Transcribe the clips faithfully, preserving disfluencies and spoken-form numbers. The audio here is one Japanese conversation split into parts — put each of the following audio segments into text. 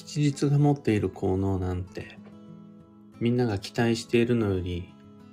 吉日が持っている効能なんて、みんなが期待しているのより、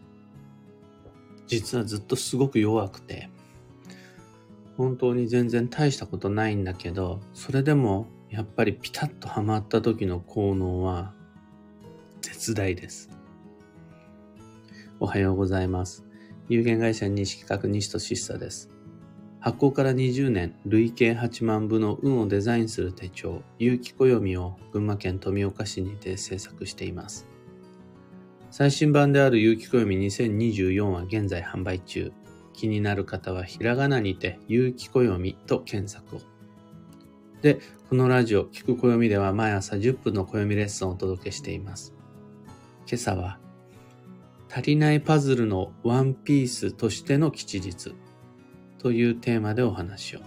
実はずっとすごく弱くて、本当に全然大したことないんだけど、それでもやっぱりピタッとはまった時の効能は絶大です。おはようございます。有限会社西企画西俊久です。発行からにじゅうねん、累計はちまんぶの運をデザインする手帳、有機暦を群馬県富岡市にて制作しています。最新版である有機暦にせんにじゅうよんは現在販売中。気になる方はひらがなにて有機暦と検索を。で、このラジオ、聞く暦では毎朝じゅっぷんの暦レッスンをお届けしています。今朝は、足りないパズルのワンピースとしての吉日というテーマでお話を。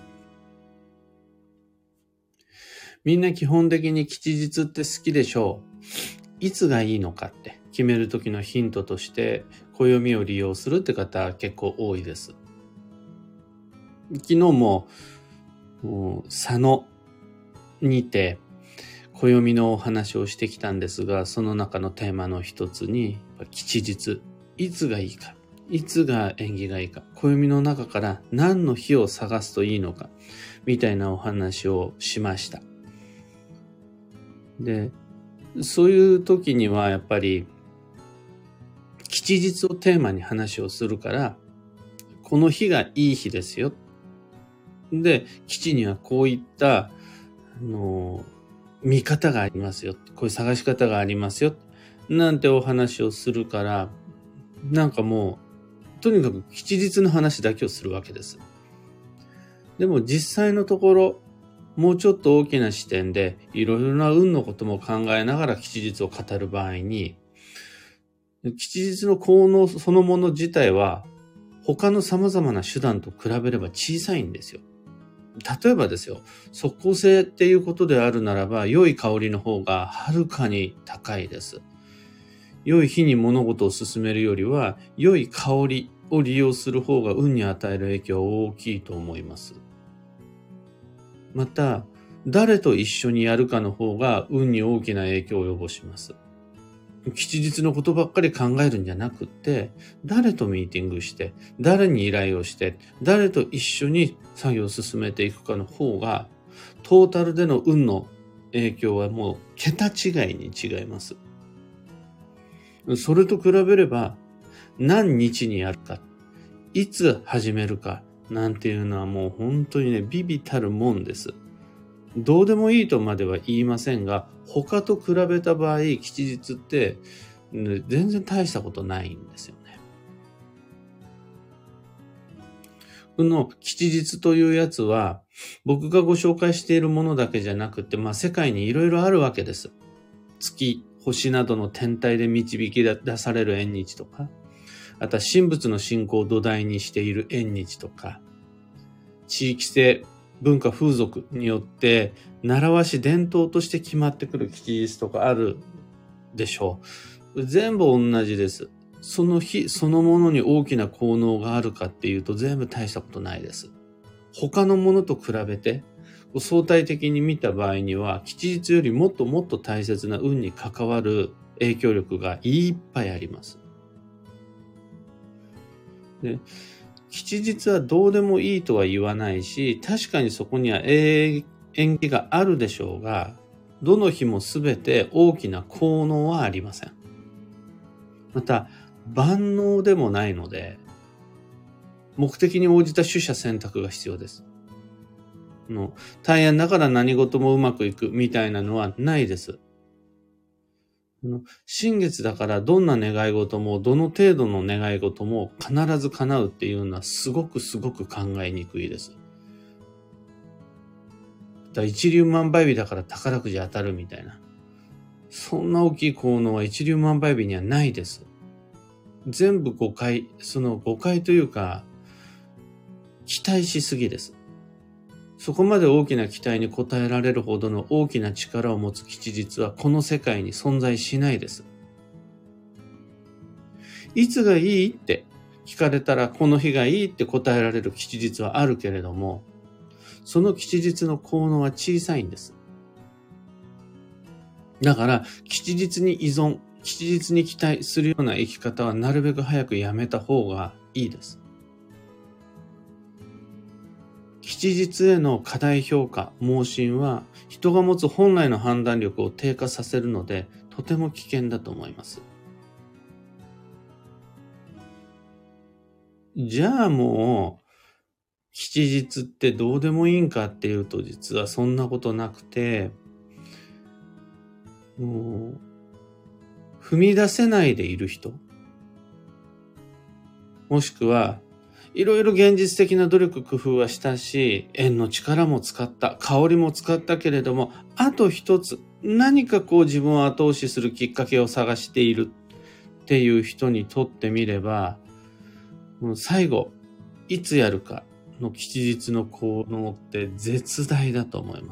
みんな基本的に吉日って好きでしょう。いつがいいのかって決める時のヒントとして暦を利用するって方結構多いです。昨日も佐野にて暦のお話をしてきたんですが、その中のテーマの一つに吉日、いつがいいか、いつが縁起がいいか、暦の中から何の日を探すといいのかみたいなお話をしました。で、そういう時にはやっぱり吉日をテーマに話をするから、この日がいい日ですよ。で、吉にはこういったあの見方がありますよ。こういう探し方がありますよ。なんてお話をするから、なんかもうとにかく吉日の話だけをするわけです。でも実際のところ、もうちょっと大きな視点でいろいろな運のことも考えながら吉日を語る場合に、吉日の効能そのもの自体は他の様々な手段と比べれば小さいんですよ。例えばですよ、即効性っていうことであるならば、良い香りの方がはるかに高いです。良い日に物事を進めるよりは、良い香りを利用する方が運に与える影響は大きいと思います。また、誰と一緒にやるかの方が運に大きな影響を及ぼします。吉日のことばっかり考えるんじゃなくって、誰とミーティングして、誰に依頼をして、誰と一緒に作業を進めていくかの方が、トータルでの運の影響はもう桁違いに違います。それと比べれば、何日にやるか、いつ始めるか、なんていうのはもう本当にね、微々たるもんです。どうでもいいとまでは言いませんが、他と比べた場合、吉日って、ね、全然大したことないんですよね。この吉日というやつは、僕がご紹介しているものだけじゃなくて、まあ世界にいろいろあるわけです。月、星などの天体で導き出される縁日とか、あとは神仏の信仰を土台にしている縁日とか、地域性、文化風俗によって習わし伝統として決まってくる吉日とかあるでしょう。全部同じです。その日そのものに大きな効能があるかっていうと全部大したことないです。他のものと比べて相対的に見た場合には吉日よりもっともっと大切な運に関わる影響力がいっぱいあります。で、吉日はどうでもいいとは言わないし、確かにそこには縁起があるでしょうが、どの日もすべて大きな効能はありません。また、万能でもないので、目的に応じた取捨選択が必要です。の大変だから何事もうまくいくみたいなのはないです。新月だからどんな願い事もどの程度の願い事も必ず叶うっていうのはすごくすごく考えにくいです。だ一粒万倍日だから宝くじ当たるみたいな。そんな大きい効能は一粒万倍日にはないです。全部誤解、その誤解というか期待しすぎです。そこまで大きな期待に応えられるほどの大きな力を持つ吉日はこの世界に存在しないです。いつがいいって聞かれたらこの日がいいって答えられる吉日はあるけれども、その吉日の効能は小さいんです。 だから、吉日に依存、吉日に期待するような生き方はなるべく早くやめた方がいいです。吉日への過大評価、盲信は人が持つ本来の判断力を低下させるので、とても危険だと思います。じゃあもう、吉日ってどうでもいいんかっていうと、実はそんなことなくて、もう、踏み出せないでいる人、もしくは、いろいろ現実的な努力工夫はしたし、縁の力も使った、香りも使ったけれども、あと一つ、何かこう自分を後押しするきっかけを探しているっていう人にとってみれば、もう最後、いつやるかの吉日の効能って絶大だと思います。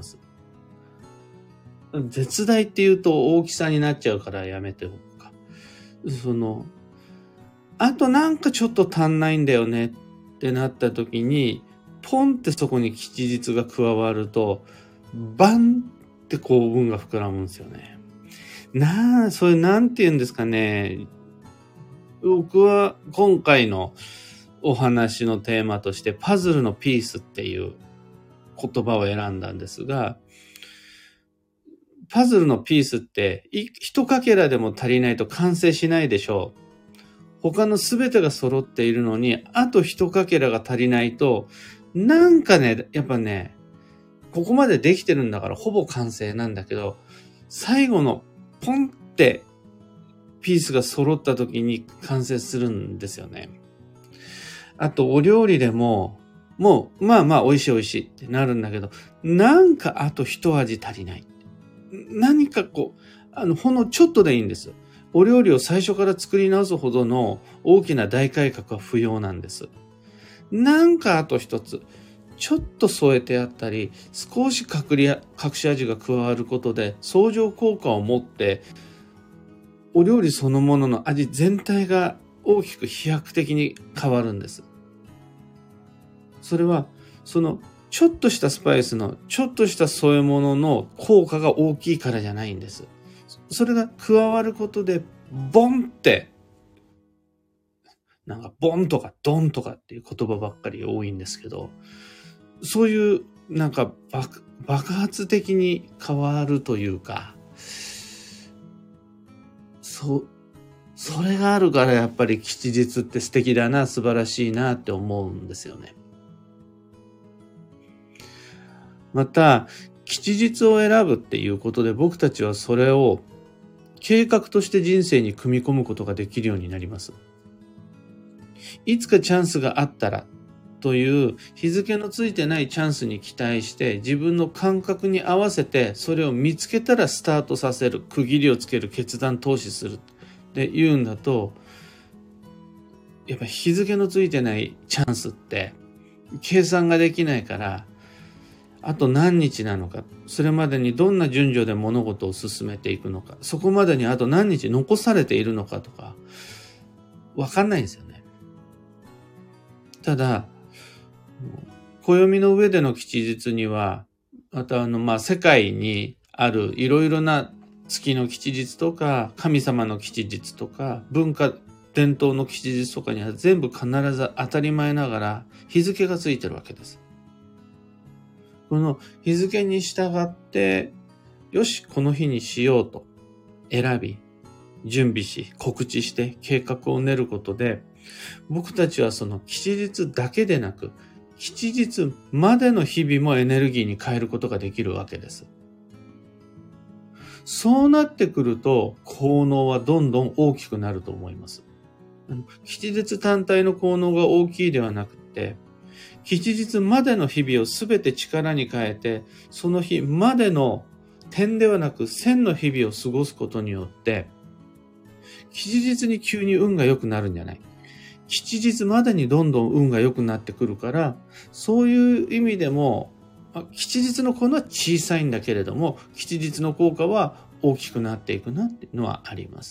絶大って言うと大きさになっちゃうからやめておくか。その、あとなんかちょっと足んないんだよねってなった時に、ポンってそこに吉日が加わると、バンって幸運が膨らむんですよね。なあ、それなんて言うんですかね。僕は今回のお話のテーマとしてパズルのピースっていう言葉を選んだんですが、パズルのピースって一かけらでも足りないと完成しないでしょう。他のすべてが揃っているのに、あと一かけらが足りないと、なんかね、やっぱね、ここまでできてるんだからほぼ完成なんだけど、最後のポンってピースが揃った時に完成するんですよね。あとお料理でも、もうまあまあ美味しい美味しいってなるんだけど、なんかあと一味足りない。何かこう、あの、ほんのちょっとでいいんです。お料理を最初から作り直すほどの大きな大改革は不要なんです。なんかあと一つ、ちょっと添えてあったり、少し隠り、隠し味が加わることで相乗効果を持って、お料理そのものの味全体が大きく飛躍的に変わるんです。それは、その、ちょっとしたスパイスの、ちょっとした添え物の効果が大きいからじゃないんです。それが加わることで、ボンって、なんかボンとかドンとかっていう言葉ばっかり多いんですけど、そういうなんか 爆, 爆発的に変わるというか、そ、それがあるからやっぱり吉日って素敵だな、素晴らしいなって思うんですよね。また、吉日を選ぶっていうことで僕たちはそれを計画として人生に組み込むことができるようになります。いつかチャンスがあったらという日付のついてないチャンスに期待して自分の感覚に合わせてそれを見つけたらスタートさせる、区切りをつける、決断投資するっていうんだと、やっぱ日付のついてないチャンスって計算ができないから、あと何日なのか、それまでにどんな順序で物事を進めていくのか、そこまでにあと何日残されているのかとか、わかんないんですよね。ただ、暦の上での吉日には、またあの、まあ、世界にあるいろいろな月の吉日とか、神様の吉日とか、文化、伝統の吉日とかには全部必ず当たり前ながら日付がついてるわけです。この日付に従って、よし、この日にしようと選び、準備し、告知して計画を練ることで、僕たちはその吉日だけでなく、吉日までの日々もエネルギーに変えることができるわけです。そうなってくると、効能はどんどん大きくなると思います。吉日単体の効能が大きいではなくて、吉日までの日々をすべて力に変えて、その日までの点ではなく線の日々を過ごすことによって、吉日に急に運が良くなるんじゃない。吉日までにどんどん運が良くなってくるから、そういう意味でも、吉日の効能は小さいんだけれども、吉日の効果は大きくなっていくなっていうのはあります。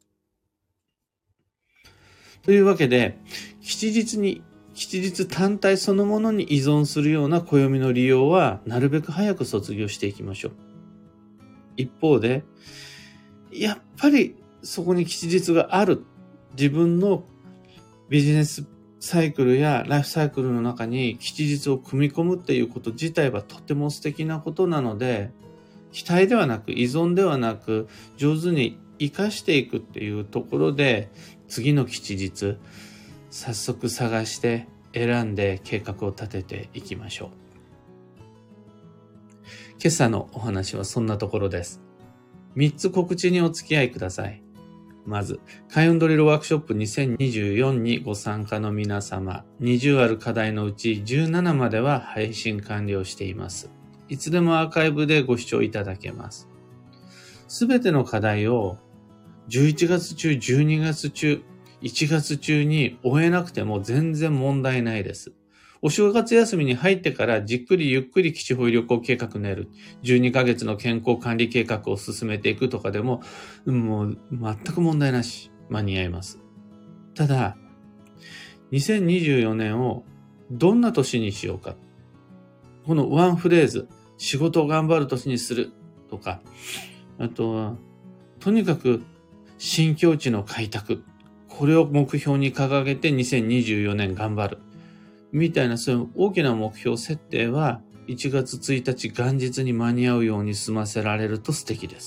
というわけで、吉日に吉日単体そのものに依存するような暦の利用はなるべく早く卒業していきましょう。 一方で、やっぱりそこに吉日がある。自分のビジネスサイクルやライフサイクルの中に吉日を組み込むっていうこと自体はとても素敵なことなので、期待ではなく依存ではなく上手に生かしていくっていうところで、次の吉日早速探して選んで計画を立てていきましょう。今朝のお話はそんなところです。みっつ告知にお付き合いください。まず、開運ドリルワークショップにせんにじゅうよんにご参加の皆様、にじゅうある課題のうちじゅうななまでは配信完了しています。いつでもアーカイブでご視聴いただけます。すべての課題をじゅういちがつ中、じゅうにがつ中、いちがつ中に終えなくても全然問題ないです。お正月休みに入ってからじっくりゆっくり基地保有旅行計画練る。じゅうにかげつの健康管理計画を進めていくとかでも、もう全く問題なし。間に合います。ただ、にせんにじゅうよねんをどんな年にしようか。このワンフレーズ、仕事を頑張る年にするとか、あとは、とにかく新境地の開拓。これを目標に掲げてにせんにじゅうよねん頑張る。みたいなそういう大きな目標設定はいちがつついたち元日に間に合うように済ませられると素敵です。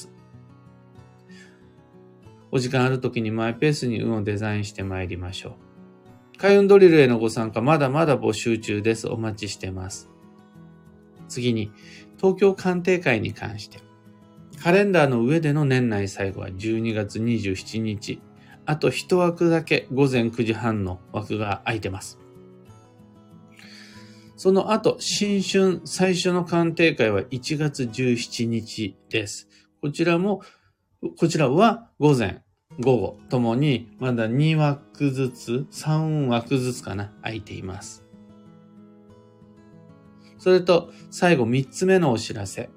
お時間ある時にマイペースに運をデザインしてまいりましょう。開運ドリルへのご参加まだまだ募集中です。お待ちしてます。次に東京鑑定会に関して。カレンダーの上での年内最後はじゅうにがつにじゅうしちにち。あと一枠だけごぜんくじはんの枠が空いてます。その後、新春最初の鑑定会はいちがつじゅうしちにちです。こちらも、こちらは午前、午後ともにまだにわくずつ、さんわくずつかな、空いています。それと最後みっつめのお知らせ。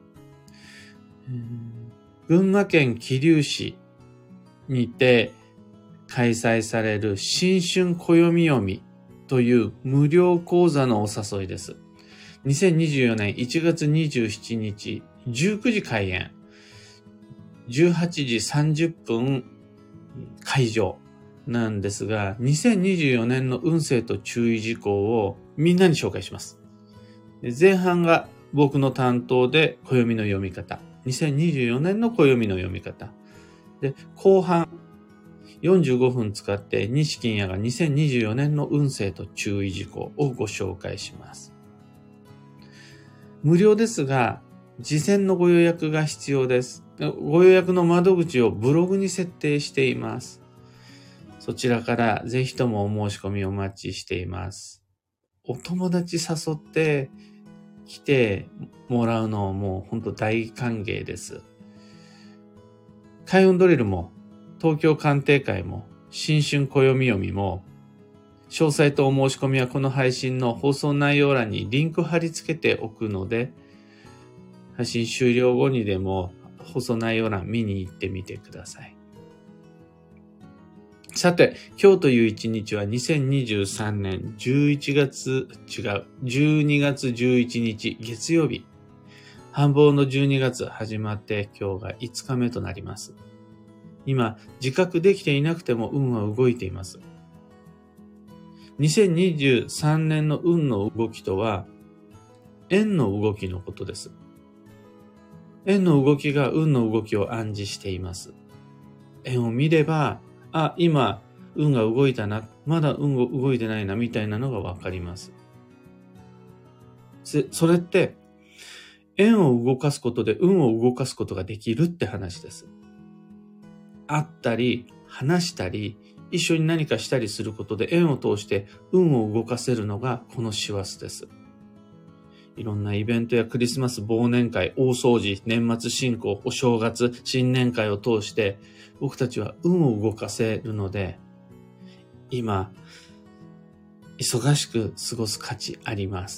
群馬県桐生市にて開催される新春暦読みという無料講座のお誘いです。にせんにじゅうよねんいちがつにじゅうしちにちじゅうくじ開演、じゅうはちじさんじゅっぷん会場なんですが、にせんにじゅうよねんの運勢と注意事項をみんなに紹介します。前半が僕の担当で暦の読み方、にせんにじゅうよねんの暦の読み方で、後半よんじゅうごふん使って西金谷がにせんにじゅうよねんの運勢と注意事項をご紹介します。無料ですが、事前のご予約が必要です。ご予約の窓口をブログに設定しています。そちらからぜひともお申し込みお待ちしています。お友達誘って来てもらうのも本当大歓迎です。開運ドリルも東京鑑定会も新春暦読みも詳細とお申し込みはこの配信の放送内容欄にリンク貼り付けておくので、配信終了後にでも放送内容欄見に行ってみてください。さて、今日という一日はにせんにじゅうさんねんじゅういちがつ、違う、じゅうにがつじゅういちにち月曜日。繁忙のじゅうにがつ始まって今日がいつかめとなります。今、自覚できていなくても運は動いています。にせんにじゅうさんねんの運の動きとは、円の動きのことです。円の動きが運の動きを暗示しています。円を見れば、あ、今、運が動いたな、まだ運が動いてないな、みたいなのがわかります。それって、円を動かすことで運を動かすことができるって話です。会ったり、話したり、一緒に何かしたりすることで円を通して運を動かせるのがこの師走です。いろんなイベントやクリスマス、忘年会、大掃除、年末進行、お正月、新年会を通して僕たちは運を動かせるので、今、忙しく過ごす価値あります。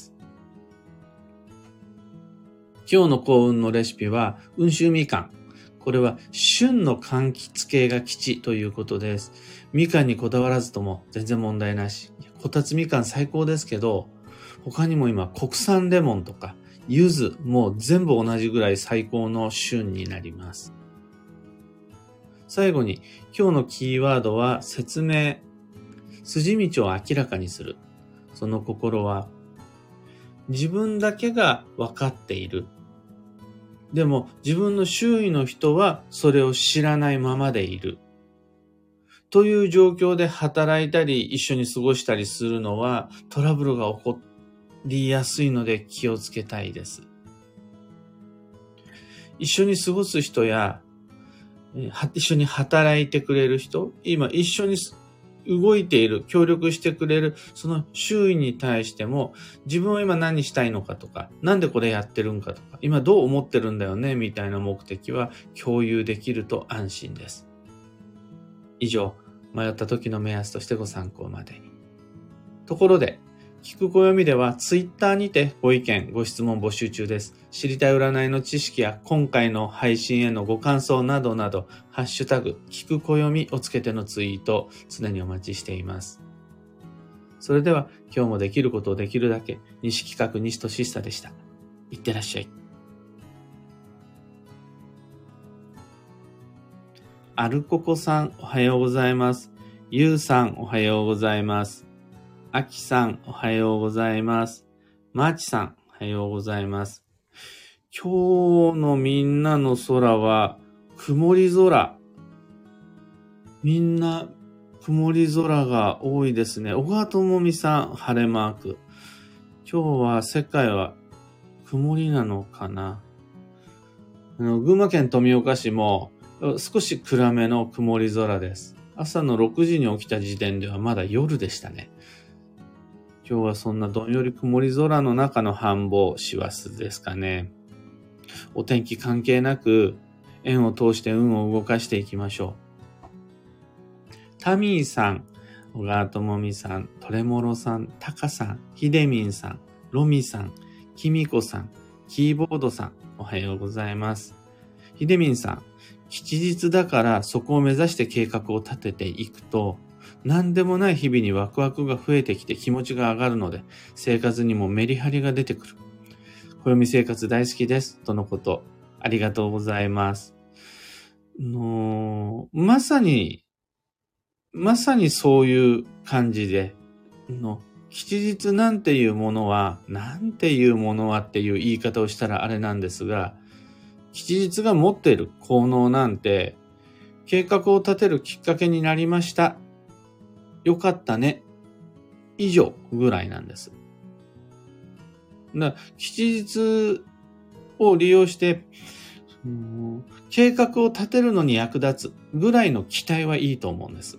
今日の幸運のレシピは、温州みかん。これは旬の柑橘系が吉ということです。みかんにこだわらずとも全然問題なし。こたつみかん最高ですけど、他にも今国産レモンとか柚子も全部同じぐらい最高の旬になります。最後に今日のキーワードは説明。筋道を明らかにする。その心は自分だけが分かっている。でも自分の周囲の人はそれを知らないままでいる。という状況で働いたり一緒に過ごしたりするのはトラブルが起こりやすいので気をつけたいです。一緒に過ごす人や一緒に働いてくれる人、今一緒に動いている、協力してくれる、その周囲に対しても、自分は今何したいのかとか、なんでこれやってるんかとか、今どう思ってるんだよね、みたいな目的は共有できると安心です。以上、迷った時の目安としてご参考までに。ところで、聞く暦ではツイッターにてご意見、ご質問募集中です。知りたい占いの知識や今回の配信へのご感想などなど、ハッシュタグ、聞く暦をつけてのツイート、常にお待ちしています。それでは今日もできることをできるだけ、西企画西俊久でした。いってらっしゃい。アルココさん、おはようございます。ゆうさん、おはようございます。あきさん、おはようございます。まーちさん、おはようございます。今日のみんなの空は曇り空。みんな曇り空が多いですね。小川智美さん、晴れマーク。今日は世界は曇りなのかな。あの群馬県富岡市も少し暗めの曇り空です。朝のろくじに起きた時点ではまだ夜でしたね。今日はそんなどんより曇り空の中の繁忙師走ですかね。お天気関係なく円を通して運を動かしていきましょう。タミーさん、小川智美さん、トレモロさん、タカさん、ヒデミンさん、ロミさん、キミコさん、キーボードさん、おはようございます。ヒデミンさん、吉日だからそこを目指して計画を立てていくと、何でもない日々にワクワクが増えてきて気持ちが上がるので、生活にもメリハリが出てくる。暦生活大好きです。とのこと。ありがとうございます。のまさに、まさにそういう感じで、の吉日なんていうものは、なんていうものはっていう言い方をしたらあれなんですが、吉日が持っている効能なんて、計画を立てるきっかけになりました。よかったね。以上ぐらいなんです。だ吉日を利用して、計画を立てるのに役立つぐらいの期待はいいと思うんです。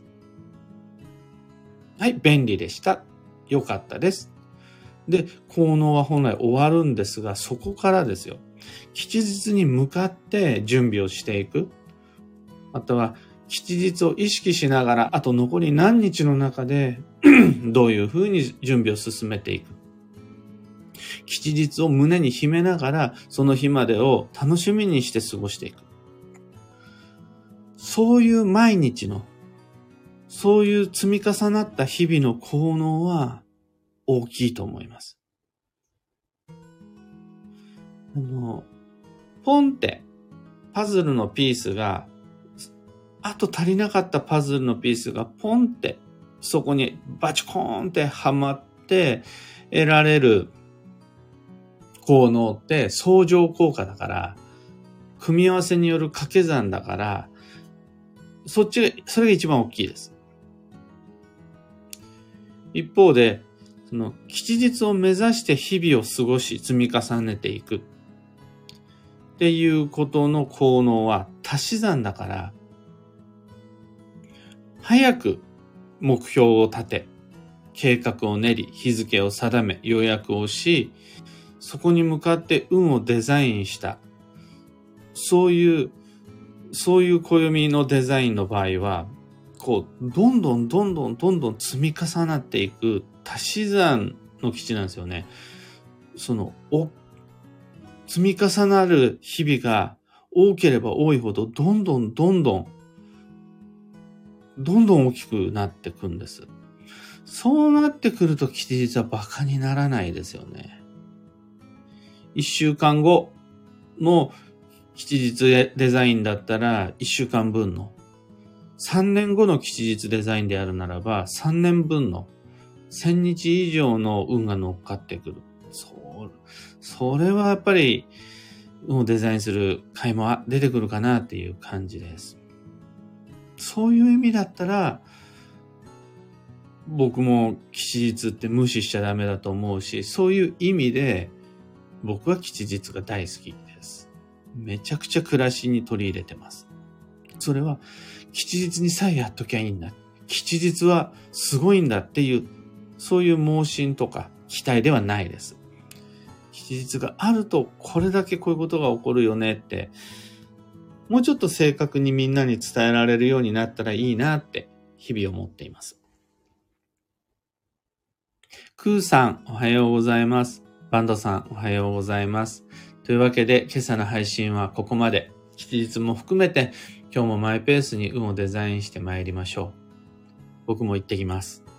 はい、便利でした。よかったです。で、効能は本来終わるんですが、そこからですよ。吉日に向かって準備をしていく。または、吉日を意識しながら、あと残り何日の中でどういうふうに準備を進めていく。吉日を胸に秘めながら、その日までを楽しみにして過ごしていく。そういう毎日の、そういう積み重なった日々の効能は大きいと思います。あの、ポンってパズルのピースが、あと足りなかったパズルのピースがポンってそこにバチコーンってはまって得られる効能って相乗効果だから、組み合わせによる掛け算だから、そっちが、それが一番大きいです。一方で、その吉日を目指して日々を過ごし積み重ねていくっていうことの効能は足し算だから、早く目標を立て、計画を練り、日付を定め、予約をし、そこに向かって運をデザインした。そういう、そういう暦のデザインの場合は、こう、どんどんどんどんどんどん積み重なっていく足し算の基地なんですよね。その、お、積み重なる日々が多ければ多いほど、どんどんどんどん、どんどん大きくなってくんです。そうなってくると吉日はバカにならないですよね。 いっしゅうかんごの吉日デザインだったらいっしゅうかんぶんの、さんねんごの吉日デザインであるならばさんねんぶんのせんにち以上の運が乗っかってくる。そ、それはやっぱり運をデザインする回も出てくるかなっていう感じです。そういう意味だったら、僕も吉日って無視しちゃダメだと思うし、そういう意味で僕は吉日が大好きです。めちゃくちゃ暮らしに取り入れてます。それは吉日にさえやっときゃいいんだ。吉日はすごいんだっていう、そういう盲信とか期待ではないです。吉日があるとこれだけこういうことが起こるよねって、もうちょっと正確にみんなに伝えられるようになったらいいなって日々思っています。クーさん、おはようございます。バンドさん、おはようございます。というわけで、今朝の配信はここまで。吉日も含めて、今日もマイペースに運をデザインして参りましょう。僕も行ってきます。